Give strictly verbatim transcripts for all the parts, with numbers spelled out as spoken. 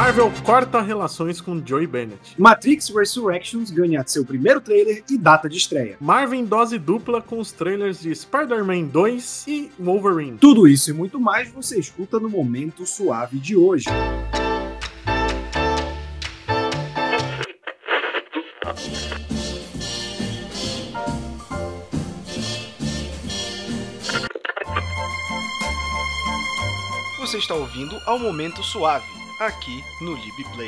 Marvel corta relações com Joey Bennett. Matrix Resurrections ganha seu primeiro trailer e data de estreia. Marvel em dose dupla com os trailers de Spider-Man dois e Wolverine. Tudo isso e muito mais você escuta no Momento Suave de hoje. Você está ouvindo ao Momento Suave, aqui no LibPlay.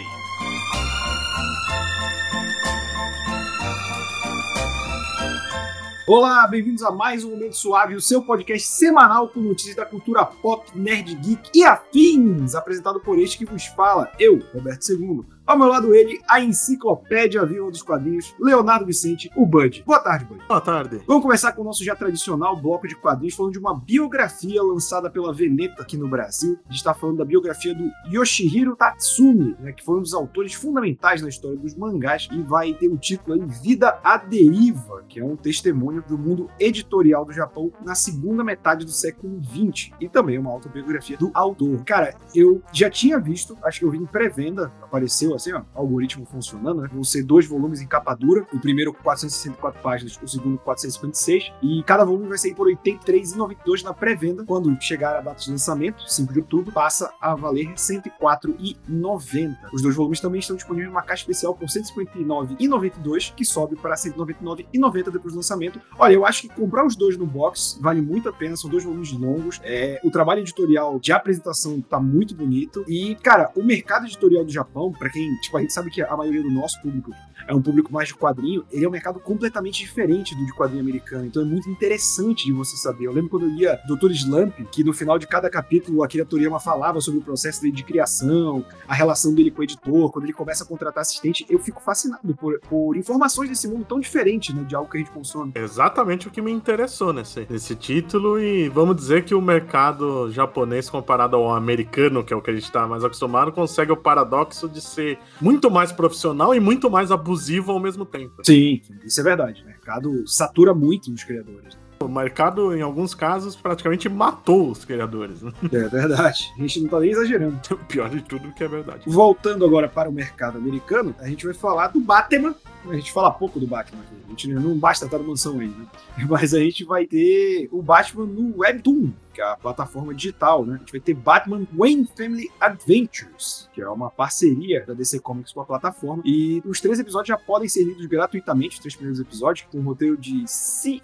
Olá, bem-vindos a mais um Momento Suave, o seu podcast semanal com notícias da cultura pop, nerd, geek e afins, apresentado por este que vos fala, eu, Roberto Segundo. Ao meu lado ele, a enciclopédia viva dos quadrinhos, Leonardo Vicente, o Bud. Boa tarde, Bud. Boa tarde. Vamos começar com o nosso já tradicional bloco de quadrinhos, falando de uma biografia lançada pela Veneta aqui no Brasil. A gente está falando da biografia do Yoshihiro Tatsumi, né, que foi um dos autores fundamentais na história dos mangás e vai ter o título aí Vida à Deriva, que é um testemunho do mundo editorial do Japão na segunda metade do século vinte e também uma autobiografia do autor. Cara, eu já tinha visto, acho que eu vi em pré-venda, apareceu assim, ó, algoritmo funcionando, né? Vão ser dois volumes em capa dura, o primeiro com quatrocentas e sessenta e quatro páginas, o segundo com quatrocentas e cinquenta e seis, e cada volume vai sair por oitenta e três reais e noventa e dois centavos na pré-venda. Quando chegar a data de lançamento, cinco de outubro, passa a valer cento e quatro reais e noventa centavos. Os dois volumes também estão disponíveis numa caixa especial por cento e cinquenta e nove reais e noventa e dois centavos, que sobe para cento e noventa e nove reais e noventa centavos depois do lançamento. Olha, eu acho que comprar os dois no box vale muito a pena, são dois volumes longos, é, o trabalho editorial de apresentação tá muito bonito, e, cara, o mercado editorial do Japão, pra quem, tipo, a gente sabe que a maioria do nosso público é um público mais de quadrinho, ele é um mercado completamente diferente do de quadrinho americano, então é muito interessante de você saber. Eu lembro quando eu lia doutor Slump, que no final de cada capítulo Akira Toriyama falava sobre o processo dele de criação, a relação dele com o editor, quando ele começa a contratar assistente, eu fico fascinado por, por informações desse mundo tão diferente, né, de algo que a gente consome. Exatamente o que me interessou nesse, nesse título, e vamos dizer que o mercado japonês comparado ao americano, que é o que a gente está mais acostumado, consegue o paradoxo de ser muito mais profissional e muito mais abusivo ao mesmo tempo. Sim, isso é verdade. O mercado satura muito os criadores. O mercado, em alguns casos, praticamente matou os criadores. Né? É verdade. A gente não tá nem exagerando. O pior de tudo que é verdade. Voltando agora para o mercado americano, a gente vai falar do Batman. A gente fala pouco do Batman aqui. A gente não basta estar na mansão aí, né? Mas a gente vai ter o Batman no Webtoon, que é a plataforma digital, né? A gente vai ter Batman Wayne Family Adventures, que é uma parceria da D C Comics com a plataforma. E os três episódios já podem ser lidos gratuitamente, os três primeiros episódios, com o roteiro de C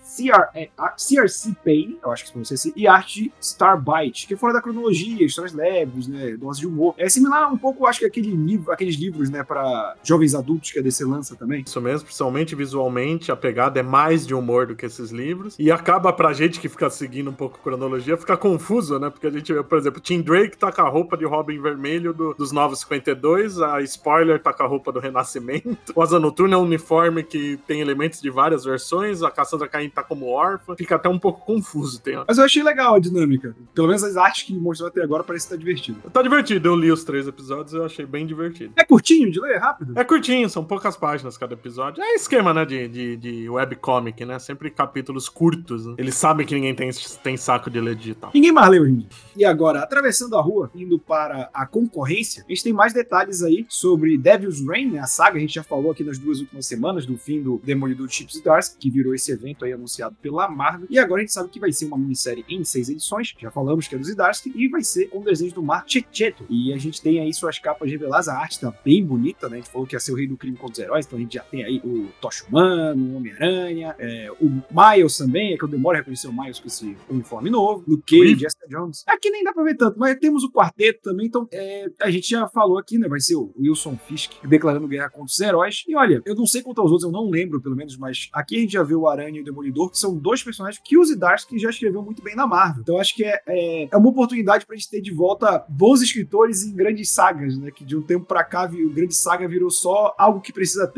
R C Payne, eu acho que se pronuncia assim, e arte de Starbite, que é fora da cronologia, histórias leves, né? Dose de humor. É similar um pouco, acho que aquele livro, aqueles livros, né, para jovens adultos que a D C lança também. Isso mesmo, principalmente visualmente, a pegada é mais de humor do que esses livros. E acaba pra gente que fica seguindo um pouco a cronologia, fica confuso, né? Porque a gente vê, por exemplo, Tim Drake tá com a roupa de Robin vermelho do, dos Novos cinquenta e dois, a Spoiler tá com a roupa do Renascimento, o Asa Noturna é um uniforme que tem elementos de várias versões, a Cassandra Cain tá como órfã, fica até um pouco confuso. Tem... Mas eu achei legal a dinâmica. Pelo menos as artes que mostrou até agora parece que tá divertido. Tá divertido, eu li os três episódios e eu achei bem divertido. É curtinho de ler? É rápido? É curtinho, são poucas páginas cada episódio. É esquema, né, de, de, de webcomic, né? Sempre capítulos curtos. Né? Eles sabem que ninguém tem, tem saco de ler digital. Ninguém mais leu ainda. E agora, atravessando a rua, indo para a concorrência, a gente tem mais detalhes aí sobre Devil's Reign, né? A saga, a gente já falou aqui nas duas últimas semanas do fim do Demolidor Chips Zdarsky, que virou esse evento aí anunciado pela Marvel. E agora a gente sabe que vai ser uma minissérie em seis edições, já falamos que é do Zdarsky, e vai ser com desenhos do Mark Checchetto. E a gente tem aí suas capas reveladas, a arte tá bem bonita, né? A gente falou que ia ser o rei do crime contra os heróis, então a gente já tem aí o Tocha Humano, o Homem-Aranha, é, o Miles também, é que eu demoro a reconhecer o Miles com esse uniforme novo, Luke Cage, Jessica Jones. Aqui nem dá pra ver tanto, mas temos o quarteto também, então é, a gente já falou aqui, né? Vai ser o Wilson Fisk declarando guerra contra os heróis. E olha, eu não sei quanto aos outros, eu não lembro pelo menos, mas aqui a gente já viu o Aranha e o Demolidor, que são dois personagens que o Zdarsky já escreveu muito bem na Marvel. Então acho que é, é, é uma oportunidade pra gente ter de volta bons escritores em grandes sagas, né? Que de um tempo pra cá, o grande saga virou só algo que precisa ter e coloca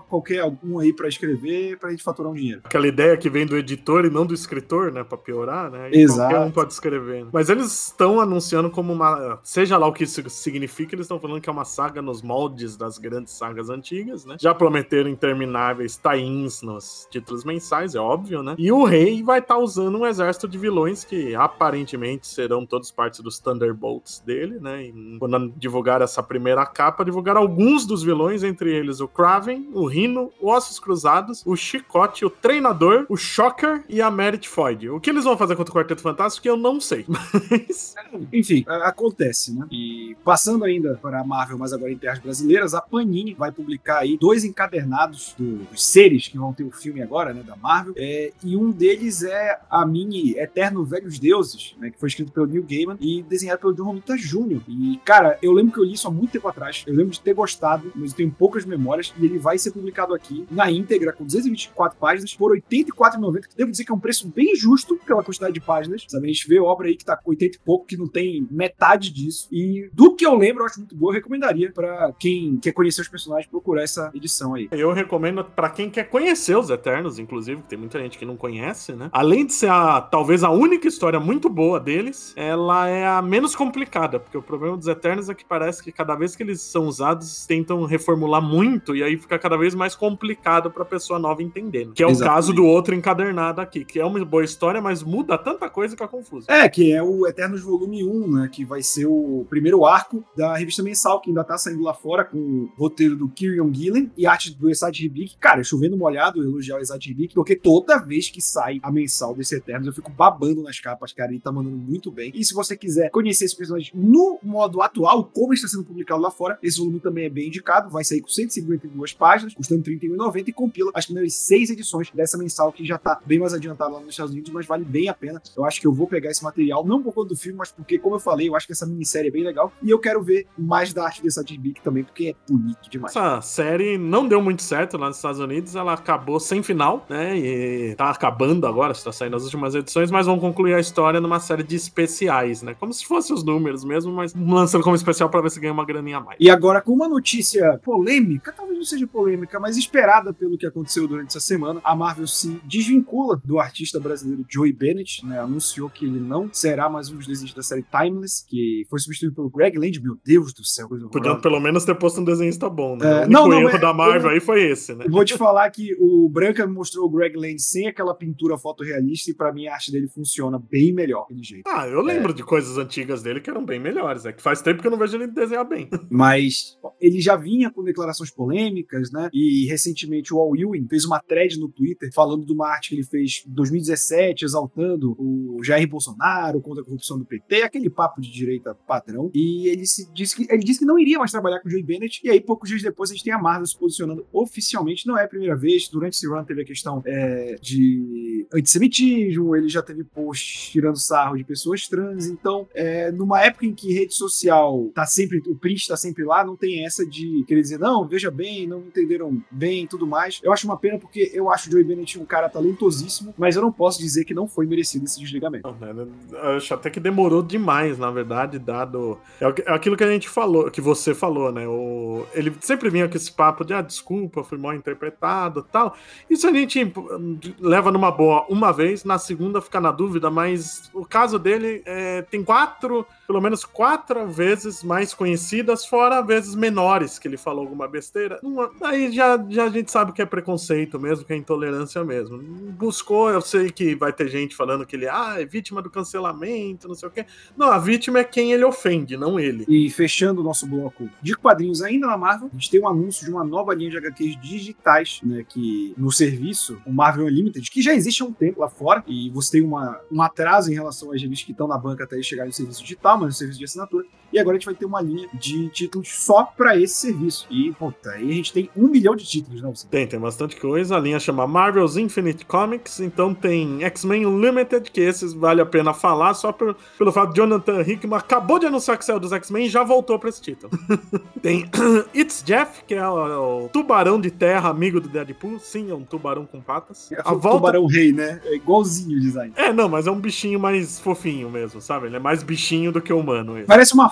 qualquer algum aí pra escrever pra gente faturar um dinheiro. Aquela ideia que vem do editor e não do escritor, né? Pra piorar, né? E Exato. qualquer um pode escrever. Né? Mas eles estão anunciando como uma... Seja lá o que isso significa, eles estão falando que é uma saga nos moldes das grandes sagas antigas, né? Já prometeram intermináveis tie-ins nos títulos mensais, é óbvio, né? E o rei vai estar tá usando um exército de vilões que aparentemente serão todos partes dos Thunderbolts dele, né? E quando divulgar essa primeira capa, divulgar alguns dos vilões, entre eles o Kraven, o Rhino, o Ossos Cruzados, o Chicote, o Treinador, o Shocker e a Merit Foyd. O que eles vão fazer contra o Quarteto Fantástico eu não sei, mas... Enfim, acontece, né? E passando ainda para a Marvel, mas agora em terras brasileiras, a Panini vai publicar aí dois encadernados do, dos seres que vão ter o filme agora, né, da Marvel, é, e um deles é a mini Eterno Velhos Deuses, né, que foi escrito pelo Neil Gaiman e desenhado pelo John Romita Júnior E, cara, eu lembro que eu li isso há muito tempo atrás, eu lembro de ter gostado, mas eu tenho poucas memórias, e ele vai ser publicado aqui na íntegra, com duzentas e vinte e quatro páginas, por oitenta e quatro reais e noventa centavos, que devo dizer que é um preço bem justo pela quantidade de páginas, sabe? A gente vê obra aí que tá com oitenta e pouco, que não tem metade disso, e do que eu lembro, eu acho muito boa, eu recomendaria pra quem quer conhecer os personagens, procurar essa edição aí. Eu recomendo pra quem quer conhecer os Eternos, inclusive, que tem muita gente que não conhece, né? Além de ser a, talvez a única história muito boa deles, ela é a menos complicada, porque o problema dos Eternos é que parece que cada vez que eles são usados, tentam reformular muito, e aí fica cada vez mais complicado pra pessoa nova entender, né? Que é o Exatamente. caso do outro encadernado aqui, que é uma boa história, mas muda tanta coisa que é confuso. É, que é o Eternos Volume um, né? Que vai ser o primeiro arco da revista mensal, que ainda tá saindo lá fora, com o roteiro do Kieron Gillen e arte do Esad Ribic. Cara, chovendo molhado, eu elogiar o Esad Ribic, porque toda vez que sai a mensal desse Eternos, eu fico babando nas capas, cara, ele tá mandando muito bem. E se você quiser conhecer esse personagem no modo atual, como está sendo publicado lá fora, esse volume também é bem indicado, vai sair com cento e cinquenta e duas páginas, custando trinta e um reais e noventa centavos, e compila as primeiras seis edições dessa mensal, que já tá bem mais adiantada lá nos Estados Unidos, mas vale bem a pena. Eu acho que eu vou pegar esse material, não por conta do filme, mas porque, como eu falei, eu acho que essa minissérie é bem legal, e eu quero ver mais da arte dessa Esad Ribic também, porque é bonito demais. Essa série não deu muito certo lá nos Estados Unidos, ela acabou sem final, né, e tá acabando agora, está saindo as últimas edições, mas vão concluir a história numa série de especiais, né, como se fossem os números mesmo, mas lançando como especial pra ver se ganha uma graninha a mais. E agora, com uma notícia polêmica, talvez não seja polêmica, mas esperada pelo que aconteceu durante essa semana, a Marvel se desvincula do artista brasileiro Joey Bennett, né, anunciou que ele não será mais um dos desenhos da série Timeless, que foi substituído pelo Greg Land. Meu Deus do céu, coisa Podiam horrorosa. pelo menos ter posto um desenhista bom, né? É, o único não, não, erro é, da Marvel eu, aí foi esse, né? Vou te falar que o Branca me mostrou o Greg Land sem aquela pintura fotorrealista, e pra mim a arte dele funciona bem melhor daquele jeito. Ah, eu lembro é. de coisas antigas dele que eram bem melhores, é que faz tempo que eu não vejo ele desenhar bem. Mas ele já vinha com declarações polêmicas, né? E recentemente o Al Ewing fez uma thread no Twitter falando de uma arte que ele fez em dois mil e dezessete, exaltando o Jair Bolsonaro contra a corrupção do P T, aquele papo de direita padrão. E ele se disse que ele disse que não iria mais trabalhar com o Joey Bennett. E aí, poucos dias depois, a gente tem a Marvel se posicionando oficialmente. Não é a primeira vez. Durante esse run teve a questão é, de antissemitismo, ele já teve posts tirando sarro de pessoas trans. Então, é, numa época em que rede social tá sempre, o print tá sempre lá, não tem essa de querer dizer, não, veja bem, não entenderam bem e tudo mais. Eu acho uma pena, porque eu acho o Joey Bennett um cara talentosíssimo, mas eu não posso dizer que não foi merecido esse desligamento. Não, né? Eu acho até que demorou demais, na verdade, dado... É aquilo que a gente falou, que você falou, né? O... Ele sempre vinha com esse papo de, ah, desculpa, fui mal interpretado e tal. Isso a gente leva numa boa uma vez, na segunda fica na dúvida, mas o caso dele é, tem quatro, pelo menos quatro vezes mais conhecidas, fora vezes menores que ele falou alguma besteira. Uma, aí já, já a gente sabe que é preconceito mesmo, que é intolerância mesmo. Buscou, eu sei que vai ter gente falando que ele ah, é vítima do cancelamento, não sei o quê. Não, a vítima é quem ele ofende, não ele. E fechando o nosso bloco de quadrinhos ainda na Marvel, a gente tem um anúncio de uma nova linha de H Qs digitais, né, que no serviço, o Marvel Unlimited, que já existe há um tempo lá fora, e você tem uma, um atraso em relação às revistas que estão na banca até chegar no serviço digital, mas no serviço de assinatura, e agora a gente vai ter uma linha de títulos só pra esse serviço. E, puta, aí a gente tem um milhão de títulos, né? Você? Tem, tem bastante coisa. A linha chama Marvel's Infinite Comics, então tem X-Men Unlimited, que esses vale a pena falar, só por, pelo fato de Jonathan Hickman acabou de anunciar que saiu dos X-Men e já voltou pra esse título. Tem It's Jeff, que é o, o tubarão de terra, amigo do Deadpool. Sim, é um tubarão com patas. É a o volta... tubarão rei, né? É igualzinho o design. É, não, mas é um bichinho mais fofinho mesmo, sabe? Ele é mais bichinho do que humano. Ele. Parece uma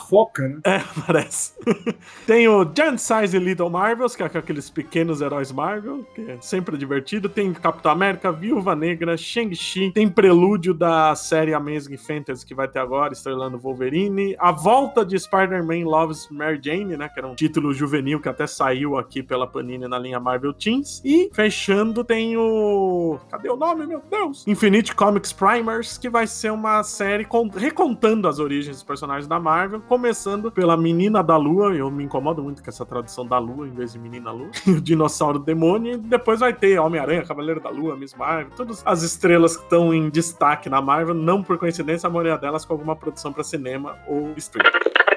foca, né? É, parece. Tem o Giant Size Little Marvels, que é aqueles pequenos heróis Marvel, que é sempre divertido. Tem Capitão América, Viúva Negra, Shang-Chi. Tem prelúdio da série Amazing Fantasy, que vai ter agora, estrelando Wolverine. A volta de Spider-Man Loves Mary Jane, né? Que era um título juvenil que até saiu aqui pela Panini na linha Marvel Teens. E, fechando, tem o... Cadê o nome, meu Deus? Infinite Comics Primers, que vai ser uma série con- recontando as origens dos personagens da Marvel, começando pela Menina da Lua. Eu me incomodo muito com essa tradução da Lua em vez de Menina Lua. O Dinossauro Demônio. E depois vai ter Homem-Aranha, Cavaleiro da Lua, Miss Marvel. Todas as estrelas que estão em destaque na Marvel, não por coincidência, a maioria delas com alguma produção para cinema ou streaming.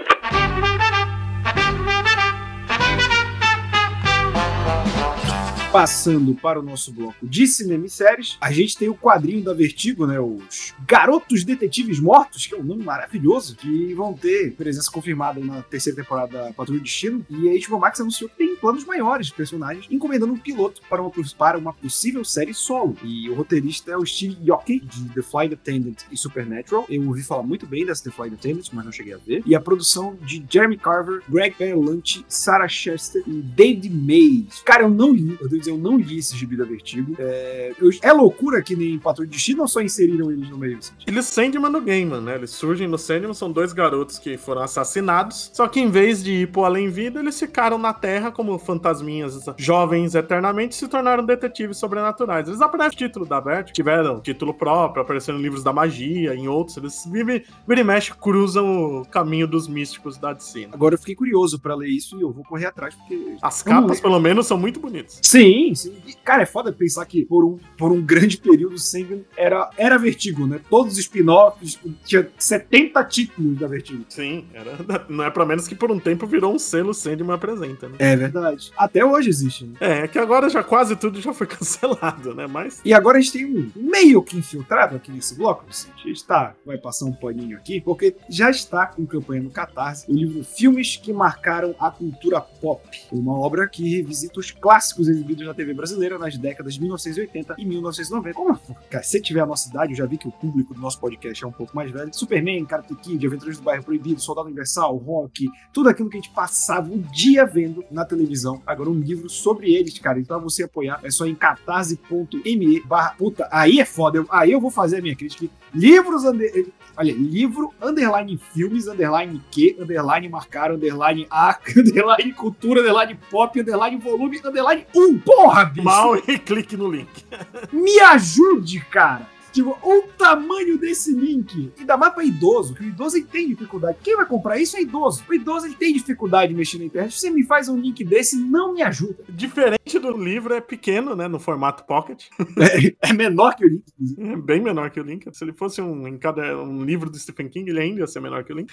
Passando para o nosso bloco de cinema e séries, a gente tem o quadrinho da Vertigo, né? Os Garotos Detetives Mortos, que é um nome maravilhoso, que vão ter presença confirmada na terceira temporada da Patrulha do Destino. E a H B O Max anunciou que tem planos maiores de personagens, encomendando um piloto para uma, para uma possível série solo. E o roteirista é o Steve Yockey, de The Flight Attendant e Supernatural. Eu ouvi falar muito bem dessa The Flight Attendant, mas não cheguei a ver. E a produção de Jeremy Carver, Greg Berlanti, Sarah Chester e David Mays. Cara, eu não li, eu devo dizer, eu não li esse gibi da Vertigo. É, eu, é loucura que nem Patrulha do Destino, ou só inseriram eles no meio? Assim? Eles Sandman no game, né? Eles surgem no Sandman, são dois garotos que foram assassinados, só que em vez de ir pro além-vida, eles ficaram na Terra como fantasminhas jovens eternamente e se tornaram detetives sobrenaturais. Eles aparecem no título da Vertigo, tiveram título próprio, apareceram em livros da magia, em outros, eles vivem, vira e mexe, cruzam o caminho dos místicos da D C. Agora eu fiquei curioso pra ler isso e eu vou correr atrás, porque... As capas, pelo menos, são muito bonitas. Sim, sim. E, cara, é foda pensar que por um, por um grande período o Sandman era, era Vertigo, né? Todos os spin-offs, tinha setenta títulos da Vertigo. Sim, era, não é pra menos que por um tempo virou um selo Sandman apresenta, né? É verdade. Até hoje existe, né? É, é que agora já quase tudo já foi cancelado, né? Mas... E agora a gente tem um meio que infiltrado aqui nesse bloco, assim. A gente tá, vai passar um paninho aqui, porque já está com campanha no Catarse o livro Filmes que Marcaram a Cultura Pop, uma obra que revisita os clássicos exibidos na T V brasileira nas décadas de mil novecentos e oitenta e mil novecentos e noventa. Como, cara, se tiver a nossa idade, eu já vi que o público do nosso podcast é um pouco mais velho. Superman, Karate Kid, Aventuras do Bairro Proibido, Soldado Universal, Rock, tudo aquilo que a gente passava o dia vendo na televisão. Agora um livro sobre eles, cara. Então, pra você apoiar, é só em catarse.me barra puta. Aí é foda. Eu, aí eu vou fazer a minha crítica. Livros, under, olha, livro, underline filmes, underline que, underline marcar, underline a, underline cultura, underline pop, underline volume, underline um. Porra, bicho! Mal e clique no link. Me ajude, cara! Tipo, o tamanho desse link. Ainda mais pra idoso, que o idoso ele tem dificuldade. Quem vai comprar isso é idoso. O idoso ele tem dificuldade de mexer na internet. Se você me faz um link desse, não me ajuda. Diferente do livro, é pequeno, né? No formato pocket. É, é menor que o link. É bem menor que o link. Se ele fosse um, em cada, um livro do Stephen King, ele ainda ia ser menor que o link.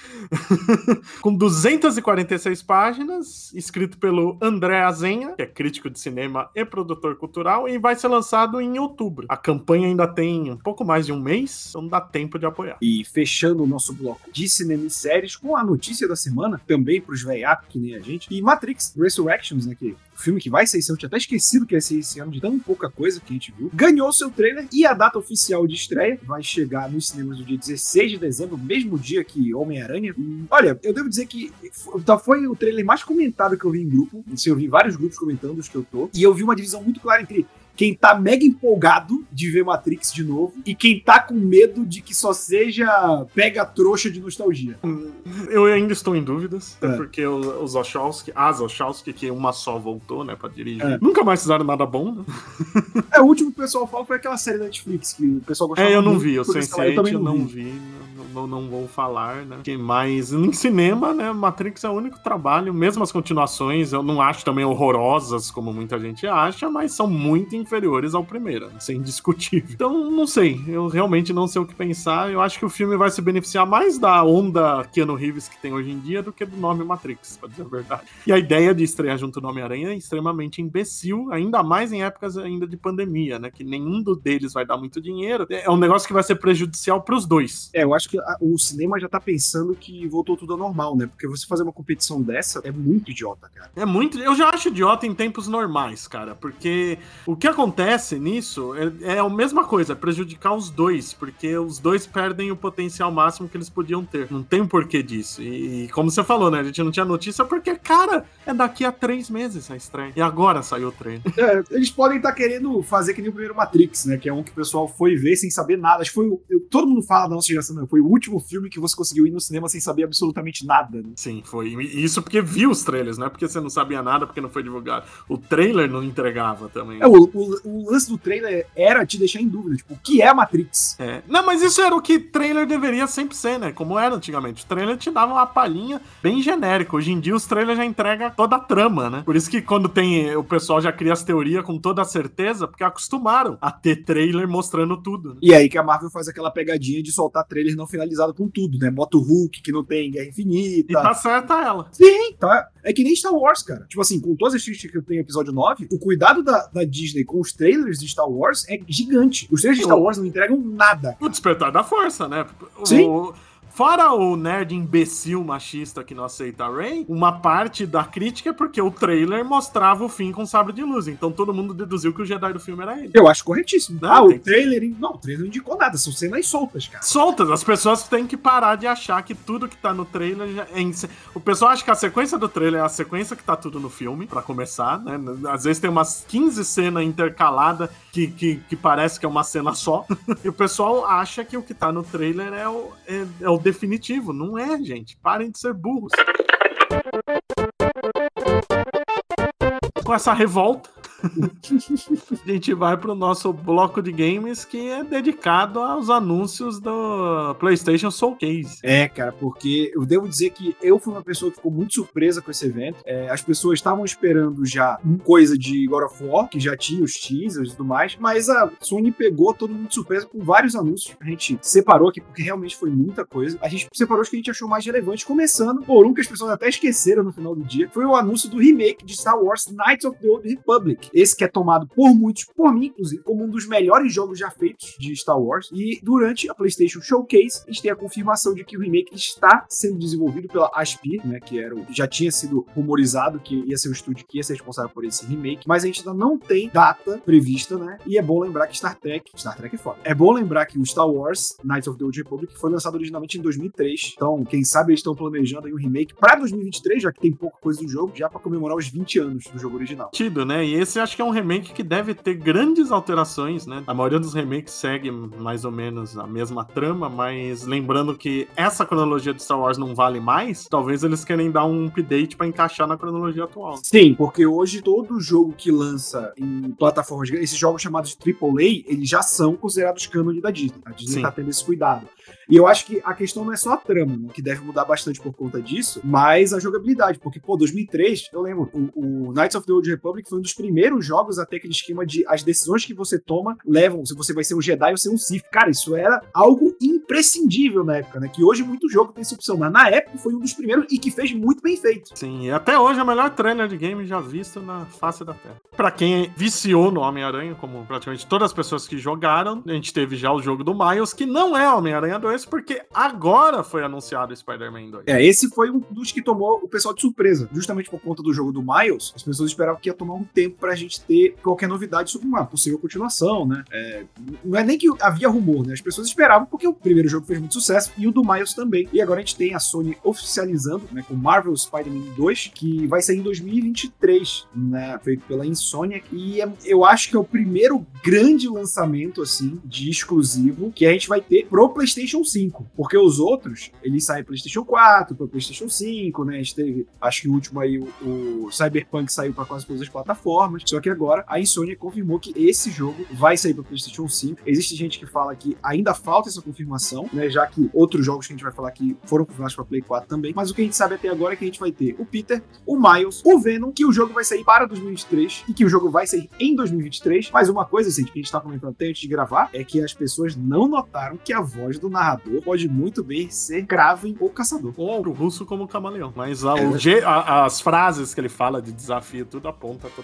Com duzentas e quarenta e seis páginas, escrito pelo André Azenha, que é crítico de cinema e produtor cultural, e vai ser lançado em outubro. A campanha ainda tem um pouco mais de um mês, então dá tempo de apoiar. E fechando o nosso bloco de cinema e séries com a notícia da semana, também pros veiacos que nem a gente, e Matrix Resurrections, né, que o filme que vai ser esse ano, eu tinha até esquecido que ia ser esse ano, de tão pouca coisa que a gente viu, ganhou seu trailer e a data oficial de estreia vai chegar nos cinemas no dia dezesseis de dezembro, mesmo dia que Homem-Aranha. E, olha, eu devo dizer que foi o trailer mais comentado que eu vi em grupo, eu vi vários grupos comentando os que eu tô, e eu vi uma divisão muito clara entre quem tá mega empolgado de ver Matrix de novo e quem tá com medo de que só seja pega trouxa de nostalgia. Eu ainda estou em dúvidas, é. até porque os Wachowski, as Wachowski, que uma só voltou, né, pra dirigir, é. nunca mais fizeram nada bom, né? É, o último que o pessoal fala foi aquela série da Netflix, que o pessoal gostava muito. É, eu não vi, eu sense eight, eu também não, não vi. vi, não, não, não vou falar, né? Mas em cinema, né, Matrix é o único trabalho, mesmo as continuações, eu não acho também horrorosas, como muita gente acha, mas são muito inferiores ao primeiro, né? Isso é indiscutível. Então, não sei, eu realmente não sei o que pensar. Eu acho que o filme vai se beneficiar mais da onda Keanu Reeves que tem hoje em dia do que do nome Matrix, pra dizer a verdade. E a ideia de estrear junto no Homem-Aranha é extremamente imbecil, ainda mais em épocas ainda de pandemia, né? Que nenhum dos deles vai dar muito dinheiro. É um negócio que vai ser prejudicial pros dois. É, eu acho acho que a, o cinema já tá pensando que voltou tudo ao normal, né? Porque você fazer uma competição dessa é muito idiota, cara. É muito... Eu já acho idiota em tempos normais, cara, porque o que acontece nisso é, é a mesma coisa, é prejudicar os dois, porque os dois perdem o potencial máximo que eles podiam ter. Não tem porquê disso. E, e como você falou, né? A gente não tinha notícia porque, cara, é daqui a três meses a estreia. E agora saiu o trailer. É, eles podem estar tá querendo fazer que nem o primeiro Matrix, né? Que é um que o pessoal foi ver sem saber nada. Acho que foi o, eu, todo mundo fala da nossa geração, né? Foi o último filme que você conseguiu ir no cinema sem saber absolutamente nada, né? Sim, foi. E isso porque viu os trailers, não é porque você não sabia nada, porque não foi divulgado. O trailer não entregava também. É, o, o, o lance do trailer era te deixar em dúvida, tipo, o que é a Matrix? É. Não, mas isso era o que trailer deveria sempre ser, né? Como era antigamente. O trailer te dava uma palhinha bem genérica. Hoje em dia os trailers já entregam toda a trama, né? Por isso que quando tem... O pessoal já cria as teorias com toda a certeza, porque acostumaram a ter trailer mostrando tudo. Né? E aí que a Marvel faz aquela pegadinha de soltar trailer não finalizado com tudo, né? Bota o Hulk, que não tem Guerra Infinita. E tá certa ela. Sim, tá. É que nem Star Wars, cara. Tipo assim, com todas as críticas que eu tenho em episódio nove, o cuidado da, da Disney com os trailers de Star Wars é gigante. Os trailers de Star Wars não entregam nada. O Despertar da Força, né? Sim. O... Fora o nerd imbecil machista que não aceita a Rey, uma parte da crítica é porque o trailer mostrava o Finn com sabre de luz. Então todo mundo deduziu que o Jedi do filme era ele. Eu acho corretíssimo. Não, ah, o que... trailer... Não, o trailer não indicou nada. São cenas soltas, cara. Soltas. As pessoas têm que parar de achar que tudo que tá no trailer... Já é... O pessoal acha que a sequência do trailer é a sequência que tá tudo no filme, pra começar, né? Às vezes tem umas quinze cenas intercaladas que, que, que parece que é uma cena só. E o pessoal acha que o que tá no trailer é o, é, é o definitivo. Não é, gente. Parem de ser burros. Com essa revolta, a gente vai pro nosso bloco de games que é dedicado aos anúncios do PlayStation Showcase. É, cara, porque eu devo dizer que eu fui uma pessoa que ficou muito surpresa com esse evento. É, as pessoas estavam esperando já coisa de God of War, que já tinha os teasers e tudo mais, mas a Sony pegou todo mundo de surpresa com vários anúncios. A gente separou aqui, porque realmente foi muita coisa. A gente separou os que a gente achou mais relevante, começando por um que as pessoas até esqueceram no final do dia, foi o anúncio do remake de Star Wars Knights of the Old Republic. Esse que é tomado por muitos, por mim, inclusive, como um dos melhores jogos já feitos de Star Wars. E durante a PlayStation Showcase, a gente tem a confirmação de que o remake está sendo desenvolvido pela Aspyr, né, que era o, já tinha sido rumorizado que ia ser o estúdio que ia ser responsável por esse remake, mas a gente ainda não tem data prevista, né? E é bom lembrar que Star Trek, Star Trek é foda. É bom lembrar que o Star Wars Knights of the Old Republic foi lançado originalmente em dois mil e três. Então, quem sabe eles estão planejando aí um remake para dois mil e vinte e três, já que tem pouca coisa do jogo, já para comemorar os vinte anos do jogo original. Tido, né? E esse acho que é um remake que deve ter grandes alterações, né? A maioria dos remakes segue mais ou menos a mesma trama, mas lembrando que essa cronologia de Star Wars não vale mais, talvez eles querem dar um update pra encaixar na cronologia atual. Sim, porque hoje todo jogo que lança em plataformas, esses jogos chamados triplo A, eles já são considerados cânone da Disney. A Disney Sim. tá tendo esse cuidado. E eu acho que a questão não é só a trama, né, que deve mudar bastante por conta disso, mas a jogabilidade, porque, pô, dois mil e três, eu lembro, o, o Knights of the Old Republic foi um dos primeiros jogos a ter aquele esquema de as decisões que você toma levam, se você vai ser um Jedi ou ser um Sith. Cara, isso era algo imprescindível na época, né, que hoje muito jogo tem essa opção, mas na época foi um dos primeiros e que fez muito bem feito. Sim, e até hoje é o melhor trailer de game já visto na face da Terra. Pra quem viciou no Homem-Aranha, como praticamente todas as pessoas que jogaram, a gente teve já o jogo do Miles, que não é Homem-Aranha dois, porque agora foi anunciado o Spider-Man dois. É, esse foi um dos que tomou o pessoal de surpresa. Justamente por conta do jogo do Miles, as pessoas esperavam que ia tomar um tempo pra gente ter qualquer novidade sobre uma possível continuação, né? É, não é nem que havia rumor, né? As pessoas esperavam porque o primeiro jogo fez muito sucesso e o do Miles também. E agora a gente tem a Sony oficializando, né, com Marvel Spider-Man dois, que vai sair em dois mil e vinte e três, né? Feito pela Insomniac. E é, eu acho que é o primeiro grande lançamento, assim, de exclusivo que a gente vai ter pro PlayStation cinco. Porque os outros, eles saem PlayStation quatro, pro PlayStation cinco, né? A gente teve, acho que o último aí, o, o Cyberpunk saiu para quase todas as plataformas. Só que agora a Insomniac confirmou que esse jogo vai sair pro PlayStation cinco. Existe gente que fala que ainda falta essa confirmação, né? Já que outros jogos que a gente vai falar aqui foram confirmados para Play quatro também. Mas o que a gente sabe até agora é que a gente vai ter o Peter, o Miles, o Venom, que o jogo vai sair para dois mil e vinte e três e que o jogo vai sair em dois mil e vinte e três. Mas uma coisa, gente, que a gente tá comentando até antes de gravar, é que as pessoas não notaram que a voz do narrador pode muito bem ser Kraven ou Caçador. Ou o russo como camaleão. Mas a, é. o G, a, as frases que ele fala de desafio, tudo aponta totalmente.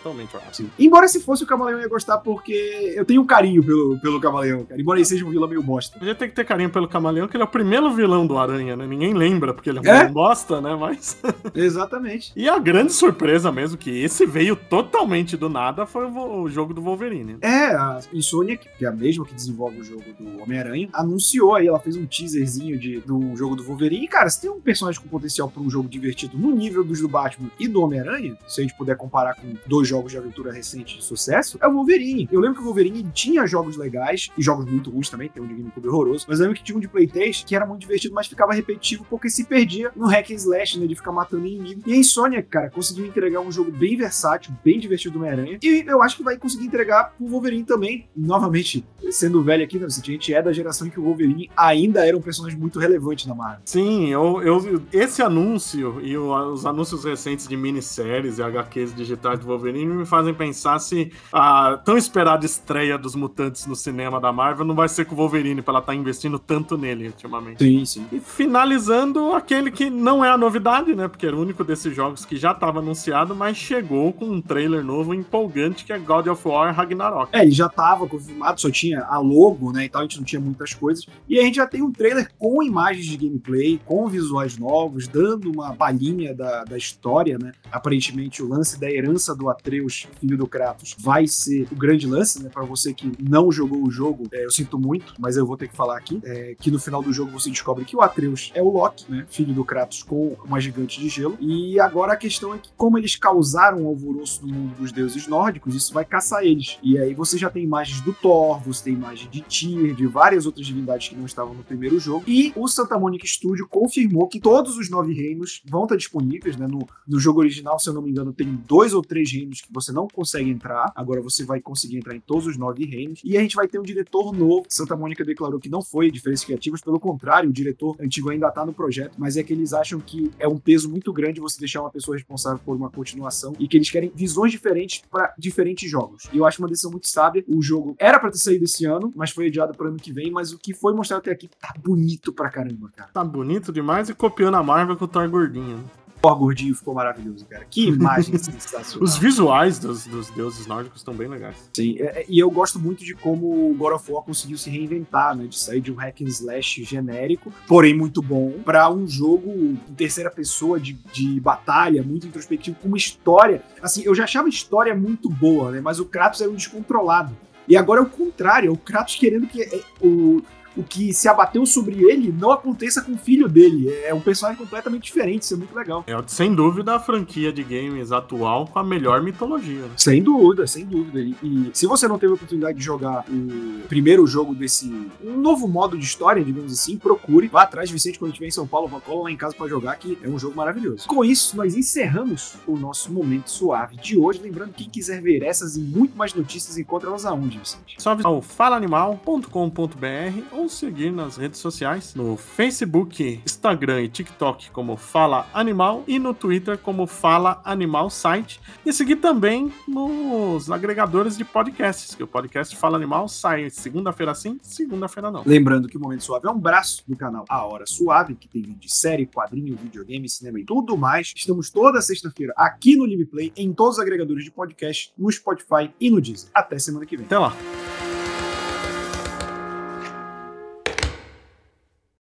Sim. Embora se fosse o Camaleão eu ia gostar porque eu tenho um carinho pelo, pelo Camaleão, cara. Embora ele seja um vilão meio bosta. A gente tem que ter carinho pelo Camaleão, que ele é o primeiro vilão do Aranha, né? Ninguém lembra, porque ele é um É? vilão bosta, né? Mas... Exatamente. E a grande surpresa mesmo, que esse veio totalmente do nada, foi o, vo- o jogo do Wolverine. É, a Insomniac, que é a mesma que desenvolve o jogo do Homem-Aranha, anunciou aí, ela fez um teaserzinho de, do jogo do Wolverine. E, cara, se tem um personagem com potencial para um jogo divertido no nível dos do Batman e do Homem-Aranha, se a gente puder comparar com dois jogos de aventura recentes de sucesso, é o Wolverine. Eu lembro que o Wolverine tinha jogos legais, e jogos muito ruins também, tem um de GameCube horroroso, mas eu lembro que tinha um de Playtest que era muito divertido, mas ficava repetitivo porque se perdia no hack and slash, né, de ficar matando inimigo. E a Insomniac, cara, conseguiu entregar um jogo bem versátil, bem divertido do Homem-Aranha, e eu acho que vai conseguir entregar pro Wolverine também, novamente, sendo velho aqui, né, a gente é da geração em que o Wolverine ainda era um personagem muito relevante na Marvel. Sim, eu, eu, esse anúncio e o- os anúncios recentes de minisséries e H Qs digitais do Wolverine me fazem pensar se a tão esperada estreia dos mutantes no cinema da Marvel não vai ser com o Wolverine, pra ela estar investindo tanto nele ultimamente. Sim, sim. E finalizando aquele que não é a novidade, né? Porque era o único desses jogos que já estava anunciado, mas chegou com um trailer novo empolgante, que é God of War Ragnarok. É, ele já tava confirmado, só tinha a logo, né, e tal, a gente não tinha muitas coisas. E a gente já tem um trailer com imagens de gameplay, com visuais novos, dando uma palhinha da, da história, né? Aparentemente o lance da herança do Atreus, filho do Kratos, vai ser o grande lance, né? Pra você que não jogou o jogo, é, eu sinto muito, mas eu vou ter que falar aqui, é, que no final do jogo você descobre que o Atreus é o Loki, né? Filho do Kratos com uma gigante de gelo. E agora a questão é que como eles causaram um alvoroço no mundo dos deuses nórdicos, isso vai caçar eles. E aí você já tem imagens do Thor, você tem imagem de Tyr, de várias outras divindades que não estavam no primeiro jogo. E o Santa Monica Studio confirmou que todos os nove reinos vão estar disponíveis, né? No, no jogo original, se eu não me engano, tem dois ou três reinos que você não consegue entrar. Agora você vai conseguir entrar em todos os nove reinos. E a gente vai ter um diretor novo. Santa Monica declarou que não foi diferenças criativas, pelo contrário, o diretor antigo ainda está no projeto, mas é que eles acham que é um peso muito grande você deixar uma pessoa responsável por uma continuação e que eles querem visões diferentes para diferentes jogos. E eu acho uma decisão muito sábia. O jogo era para ter saído esse ano, mas foi adiado para ano que vem, mas o que foi mostrado até aqui tá bonito pra caramba, cara. Tá bonito demais e copiando a Marvel com o Thor gordinho. Né? O Thor gordinho ficou maravilhoso, cara. Que imagem sensacional. Os visuais dos, dos deuses nórdicos estão bem legais. Sim, é, e eu gosto muito de como o God of War conseguiu se reinventar, né? De sair de um hack and slash genérico, porém muito bom, pra um jogo em terceira pessoa de, de batalha, muito introspectivo, com uma história. Assim, eu já achava a história muito boa, né? Mas o Kratos era um descontrolado. E agora é o contrário, é o Kratos querendo que é, o... o que se abateu sobre ele não aconteça com o filho dele. É um personagem completamente diferente, isso é muito legal. É, sem dúvida, a franquia de games atual com a melhor mitologia. Né? Sem dúvida, sem dúvida. E, e se você não teve a oportunidade de jogar o primeiro jogo desse um novo modo de história, digamos assim, procure. Vá atrás de Vicente quando estiver em São Paulo, vá cola lá em casa pra jogar, que é um jogo maravilhoso. Com isso, nós encerramos o nosso Momento Suave de hoje. Lembrando, quem quiser ver essas e muito mais notícias, encontra elas aonde, Vicente? Só visitar o fala animal ponto com ponto b r ou seguir nas redes sociais, no Facebook, Instagram e TikTok como Fala Animal e no Twitter como Fala Animal Site, e seguir também nos agregadores de podcasts, que o podcast Fala Animal sai segunda-feira sim, segunda-feira não. Lembrando que o Momento Suave é um braço do canal A Hora Suave, que tem vídeo de série, quadrinho, videogame, cinema e tudo mais. Estamos toda sexta-feira aqui no Live Play, em todos os agregadores de podcast, no Spotify e no Deezer. Até semana que vem. Até lá!